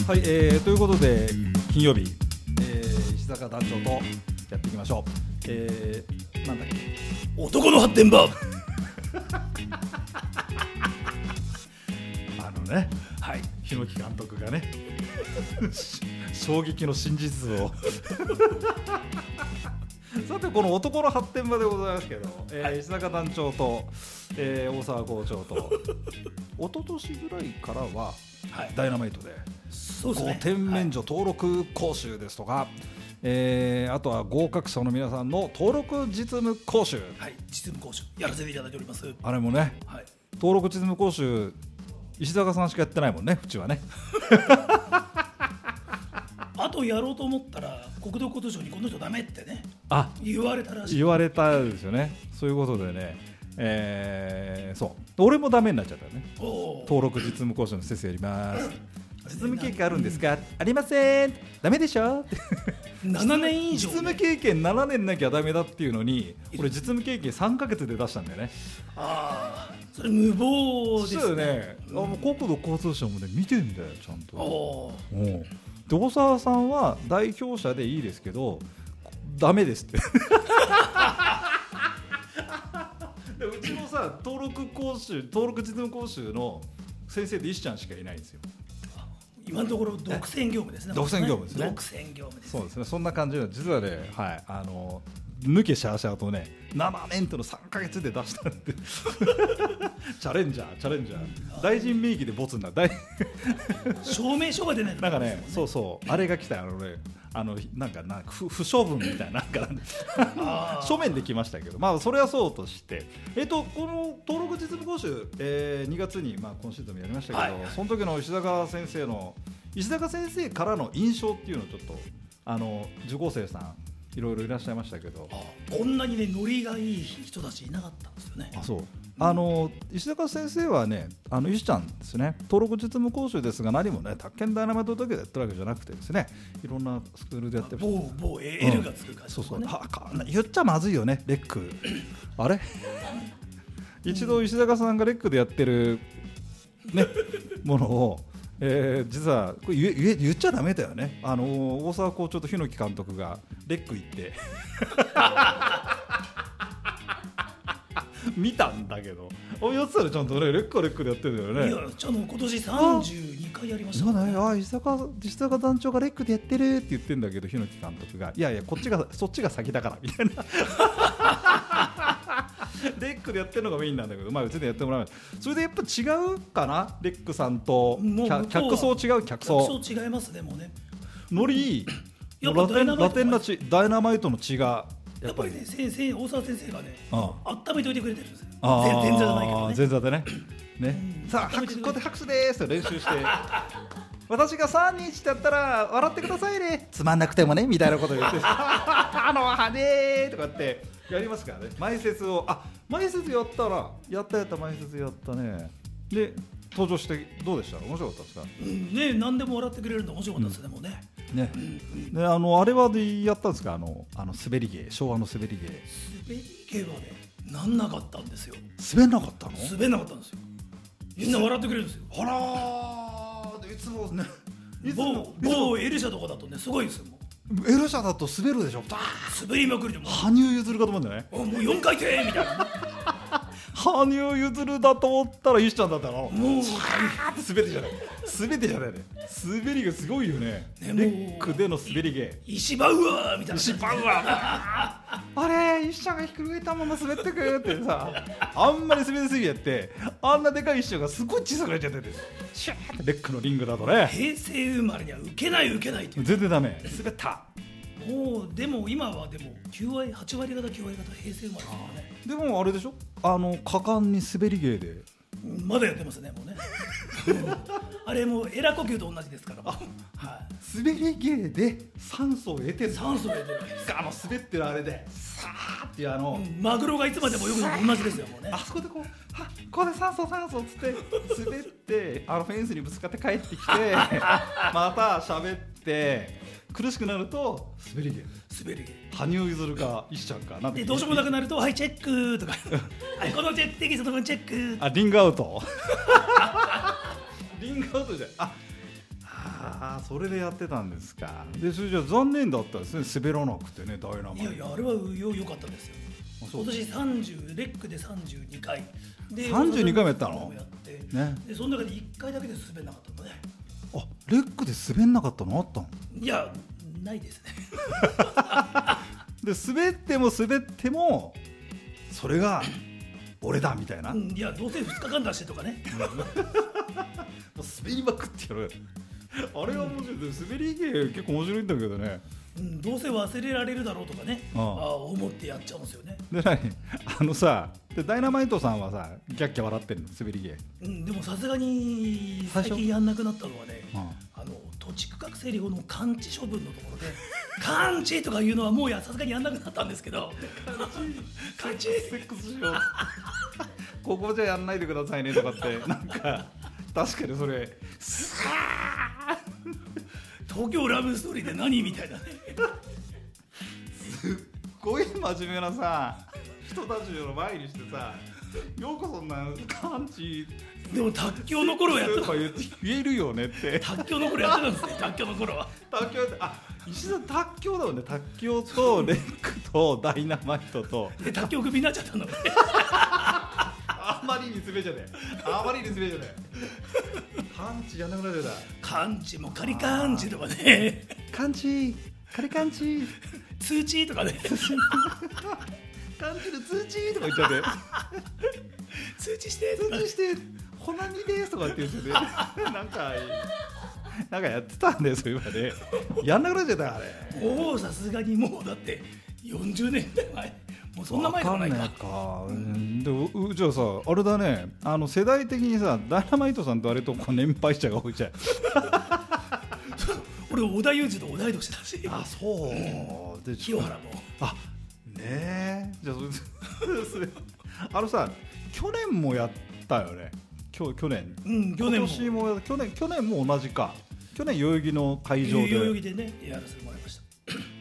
はい、ということで金曜日、石坂団長とやっていきましょう。なんだっけ、 男の発展場ね、 はい、 日野木監督がね衝撃の真実をさてこの男の発展場でございますけど、石坂団長と、大沢校長と一昨年ぐらいからは、はい、ダイナマイトで5点免除登録講習ですとか、あとは合格者の皆さんの登録実務講習、 はい、実務講習やらせていただいております。 あれもね、はい、登録実務講習石坂さんしかやってないもんね、うちはねあとやろうと思ったら国土交通省にこの人ダメってね、言われたらしい。 言われたですよね。そういうことでね、そう俺もダメになっちゃったね。登録実務講習の先生やります実務経験あるんですか、ありません、ダメでしょ 7年以上、 実務経験7年なきゃダメだっていうのに俺実務経験3ヶ月で出したんだよね。 ああ、それ無謀ですね。 そうよね、国土交通省もね見てんだよちゃんと。で大沢さんは代表者でいいですけどダメですってでうちのさ登録実務講習の先生で石ちゃんしかいないんですよ。 今のところ独占業務ですね。 独占業務ですね。 独占業務です。 そうですね。そんな感じで実はね、はい、抜けシャーシャーとね7年との3ヶ月で出したんでチャレンジャー大臣名義でボツになる証明書が出ないと、 なんかね、そうそうあれが来たなんか不処分みたいな書面で来ましたけど、まあそれはそうとしてこの登録実務講習、2月に今シーズンもやりましたけど、はい、その時の石坂先生からの印象っていうのをちょっと受講生さんいろいろいらっしゃいましたけど、 こんなにねノリがいい人たちいなかったんですよね。 そう、石坂先生はね石ちゃんですね、登録実務講習ですが何もね宅建ダイナマイトだけでやってるわけじゃなくてですね、いろんなスクールでやってる、 某 L がつく感じとかね、 言っちゃまずいよねレックあれ一度石坂さんがレックでやってるねものを実はこれ言っちゃダメだよね。大沢校長と日野木監督がレック行って見たんだけどやってたらちゃんとねレックでやってるんだよね。 いや今年32回やりましたね。 石坂団長がレックでやってるって言ってるんだけど日野木監督がいやそっちが先だからみたいなレックでやってるのがメインなんだけど、まあ、別にやってもらう。それでやっぱ違うかな、レックさんと客層違う。客層違いますね。もうねノリラテンなダイナマイトの血がやっぱりね、大沢先生がね温めておいてくれてるんですよ。前座じゃないけどね、 前座でねさあここで拍手ですと練習して私が3、2、1ってやったら笑ってくださいね、つまんなくてもねみたいなことを言ってはねーとかってやりますからね。前説やった前説やったね。で登場してどうでした？面白かったですか？ ね、何でも笑ってくれるの面白かったですね。もうね。 であれはでやったんですか？滑り芸、昭和の滑り芸。 滑り芸はね、なんなかったんですよ。 滑んなかったの？ 滑んなかったんですよ。みんな笑ってくれるんですよ。 あらー、いつもね。 某エルシャとかだとね、すごいですよ。 エルシャだと滑るでしょ。 滑りまくりでも羽生結弦かと思うんだよね。 もう4回転みたいな羽生結弦だと思ったら石ちゃんだったの。 もう全てじゃないね。滑りがすごいよね。レックでの滑り芸。 石バウアーみたいな。 石バウアーあれ石ちゃんがひっくり返ったまま滑ってくってさ、あんまり滑りすぎやってあんなでかい石ちゃんがすごい小さくなっちゃってて、シューってレックのリングだとね、 平成生まれには受けないって全然ダメ。滑った。 もうでも今はでも8割方9割方平成生まれですからね。 でもあれでしょ、果敢に滑り芸でまだやってますね。もうねあれもエラ呼吸と同じですから。 滑り芸で酸素を得てる。 滑ってるあれでさーっていうマグロがいつまでも泳ぐのと同じですよ。もうね、 あそこでここで酸素っつって滑ってフェンスにぶつかって帰ってきてまた喋って苦しくなると滑り芸。羽生結弦か石ちゃんかなんでどうしようもなくなるとはいチェックとかはいこのテキストのチェック。 リングアウトリングアウトじゃああ、それでやってたんですか。でそれじゃ残念だったですね、滑らなくてね、ダイナマイト。 いやいや、あれは良かったですよ。今年30レックで32回で 32回もやったのやって、 ね、 でその中で1回だけで滑らなかったのね。 あ、レックで滑んなかったのあったの？ いや、ないですねで滑っても滑ってもそれが俺だみたいな、 いや、どうせ2日間出してとかねもう滑りまくってやる。あれは面白い。滑り芸結構面白いんだけどね、 どうせ忘れられるだろうとかね、思ってやっちゃうんですよね。 で何さでダイナマイトさんはさギャッキャ笑ってるの、滑り芸。 でもさすがに最近やんなくなったのはね、土地区画整理法の完治処分のところで完治とかいうのはもうさすがにやんなくなったんですけど完治セックスしようここじゃやんないでくださいねとかってなんか確かにそれ東京ラブストーリーで何みたいなねすっごい真面目なさ人たちの前にしてさ、よくそんな感じでも卓球の頃やってた。 言えるよねって。 卓球の頃やってたんですね。卓球の頃は。 卓球あ、石田卓球だもんね。卓球とレックとダイナマイトと。 で卓球クビになっちゃったの。 あまりに滑っちゃね。あまりに滑っちゃね。カンチやんなくなっちゃった。 カンチもカリカンチとかね。 カンチカリカンチ通知とかね。 カンチの通知とか言っちゃって。 通知して通知して。コナミですとかって言っててなんかやってたんで、そういう場でやんなくなっちゃったあれ。 おお、さすがにもうだって40年前、もうそんな前じゃないか。 でじゃあさあれだね、世代的にさダイナマイトさんとあれとこう年配者が多いじゃん俺織田裕二と同い年だし。 あ、そう、 で清原もあねえ、じゃあそれさ去年もやったよね。去年、今年も去年も同じか。去年代々木の会場で代々木でねやらせてもらいました。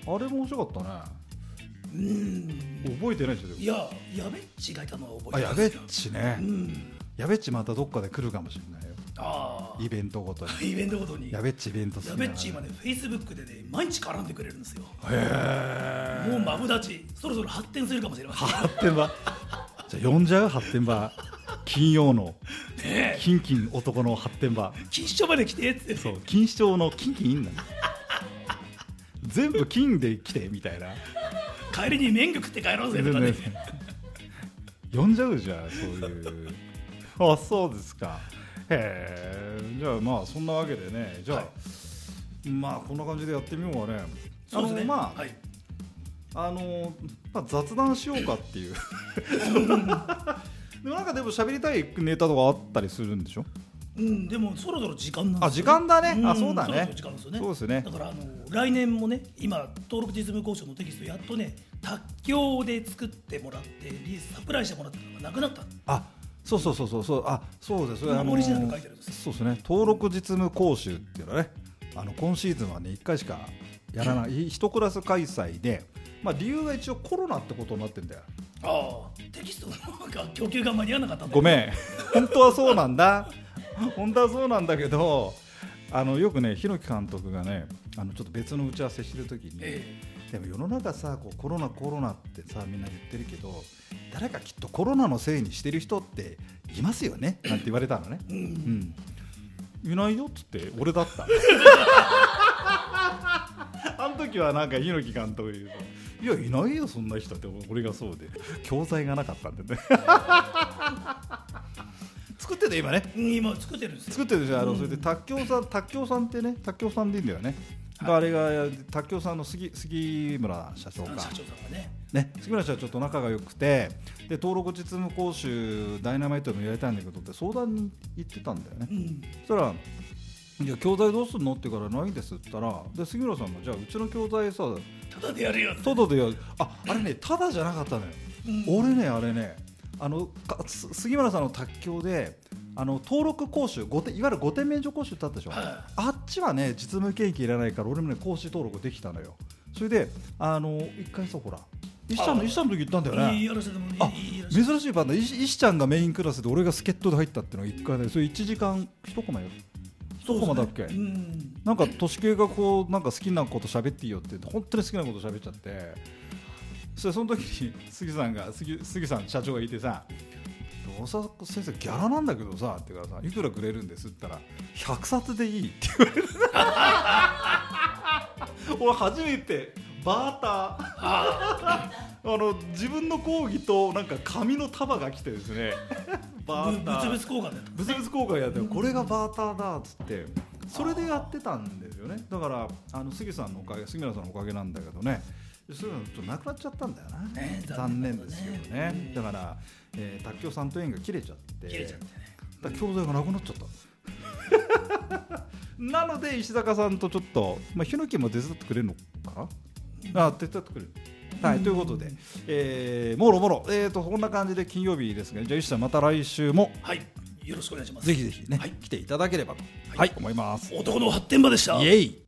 あれも面白かったね。覚えてないでしょ。 いや、やべっちがいたのは覚えてますよ。 やべっちね、やべっちまたどっかで来るかもしれないよ。イベントごとに。 イベントごとにやべっちイベントする。 やべっち今ね、フェイスブックでね毎日絡んでくれるんですよ。 へえ。 もうマブダチ、そろそろ発展するかもしれません。 発展場じゃあ呼んじゃう。発展場金曜のキンキン男の発展場。 錦糸町まで来てって。 そう、錦糸町のキンキンいいんだね全部金で来てみたいな。 帰りに麺食って帰ろうぜとかね呼んじゃうじゃん、そういうあ、そうですか。へえ。じゃあまあそんなわけでね、じゃあ、まあこんな感じでやってみようかね。 そうですね。 まあ、雑談しようかっていうでもなんかでも喋りたいネタとかあったりするんでしょ。 でもそろそろ時間なんですよね。 時間だね。そうだね。 時間ですよね。 そうですね。 だから来年もね、今登録実務交渉のテキストやっとね、卓協で作ってもらってサプライしてもらったのがなくなった。 あ、そう。あ、そうです。 オリジナル書いてるんです。 そうですね。登録実務講習っていうのはね、今シーズンはね1回しかやらない1クラス開催で、まあ理由は一応コロナってことになってんだよ。 テキストの供給が間に合わなかったんだ。 ごめん。本当はそうなんだ。本当はそうなんだけど、よくね、弘樹監督がね、ちょっと別の打ち合わせしてるときに、でも世の中さ、こうコロナってさみんな言ってるけど、誰かきっとコロナのせいにしてる人っていますよねなんて言われたのね。いないよっつって俺だったあの時はなんか猪木監督言うと、いやいないよそんな人って、俺がそうで教材がなかったんでね作ってて今ね。 今作ってるんですよ。 作ってるじゃん。それで卓球さんってね、卓球さんでいいんだよね。あれが卓球さんの杉村社長がね、杉村社長と仲が良くて、で登録実務講習ダイナマイトでもやりたいんだけどって相談に行ってたんだよね。そしたら、いや教材どうするのって言うからないんですって言ったら、で杉村さんがじゃあうちの教材さタダでやるよ。 タダでやる。あれね、タダじゃなかったのよ。俺ね、あれね、杉村さんの卓球で登録講習いわゆる5点免除講習ってあったでしょ。あっちはね実務経験いらないから俺もね講師登録できたのよ。それで一回さ、ほら石ちゃんの時言ったんだよね。珍しいパターン。石ちゃんがメインクラスで俺が助っ人で入ったっていうのが1回で、それ1時間1コマよ。 どこまでだっけ、なんか都市系がこうなんか好きなこと喋っていいよって言って本当に好きなこと喋っちゃって、その時に杉さん社長がいてさ、大沢先生ギャラなんだけどさって言うからさ、いくらくれるんですって言ったら100冊でいいって言われる俺初めてバーター自分の講義となんか紙の束が来てですねバーター物々交換やって、これがバーターだっつってそれでやってたんですよね。だから杉村さんのおかげなんだけどね、そういうのちょっとなくなっちゃったんだよな、残念ですけどね。だから卓球さんと縁が切れちゃってだ教材がなくなっちゃったなので石坂さんとちょっと、ヒノキも手伝ってくれるのかな、手伝ってくれる、はい、ということで、もろもろ、こんな感じで金曜日ですが、じゃあ石さんまた来週も、 はい、よろしくお願いします。 ぜひぜひね、来ていただければと、思います。 男の発展場でした。 イエイ。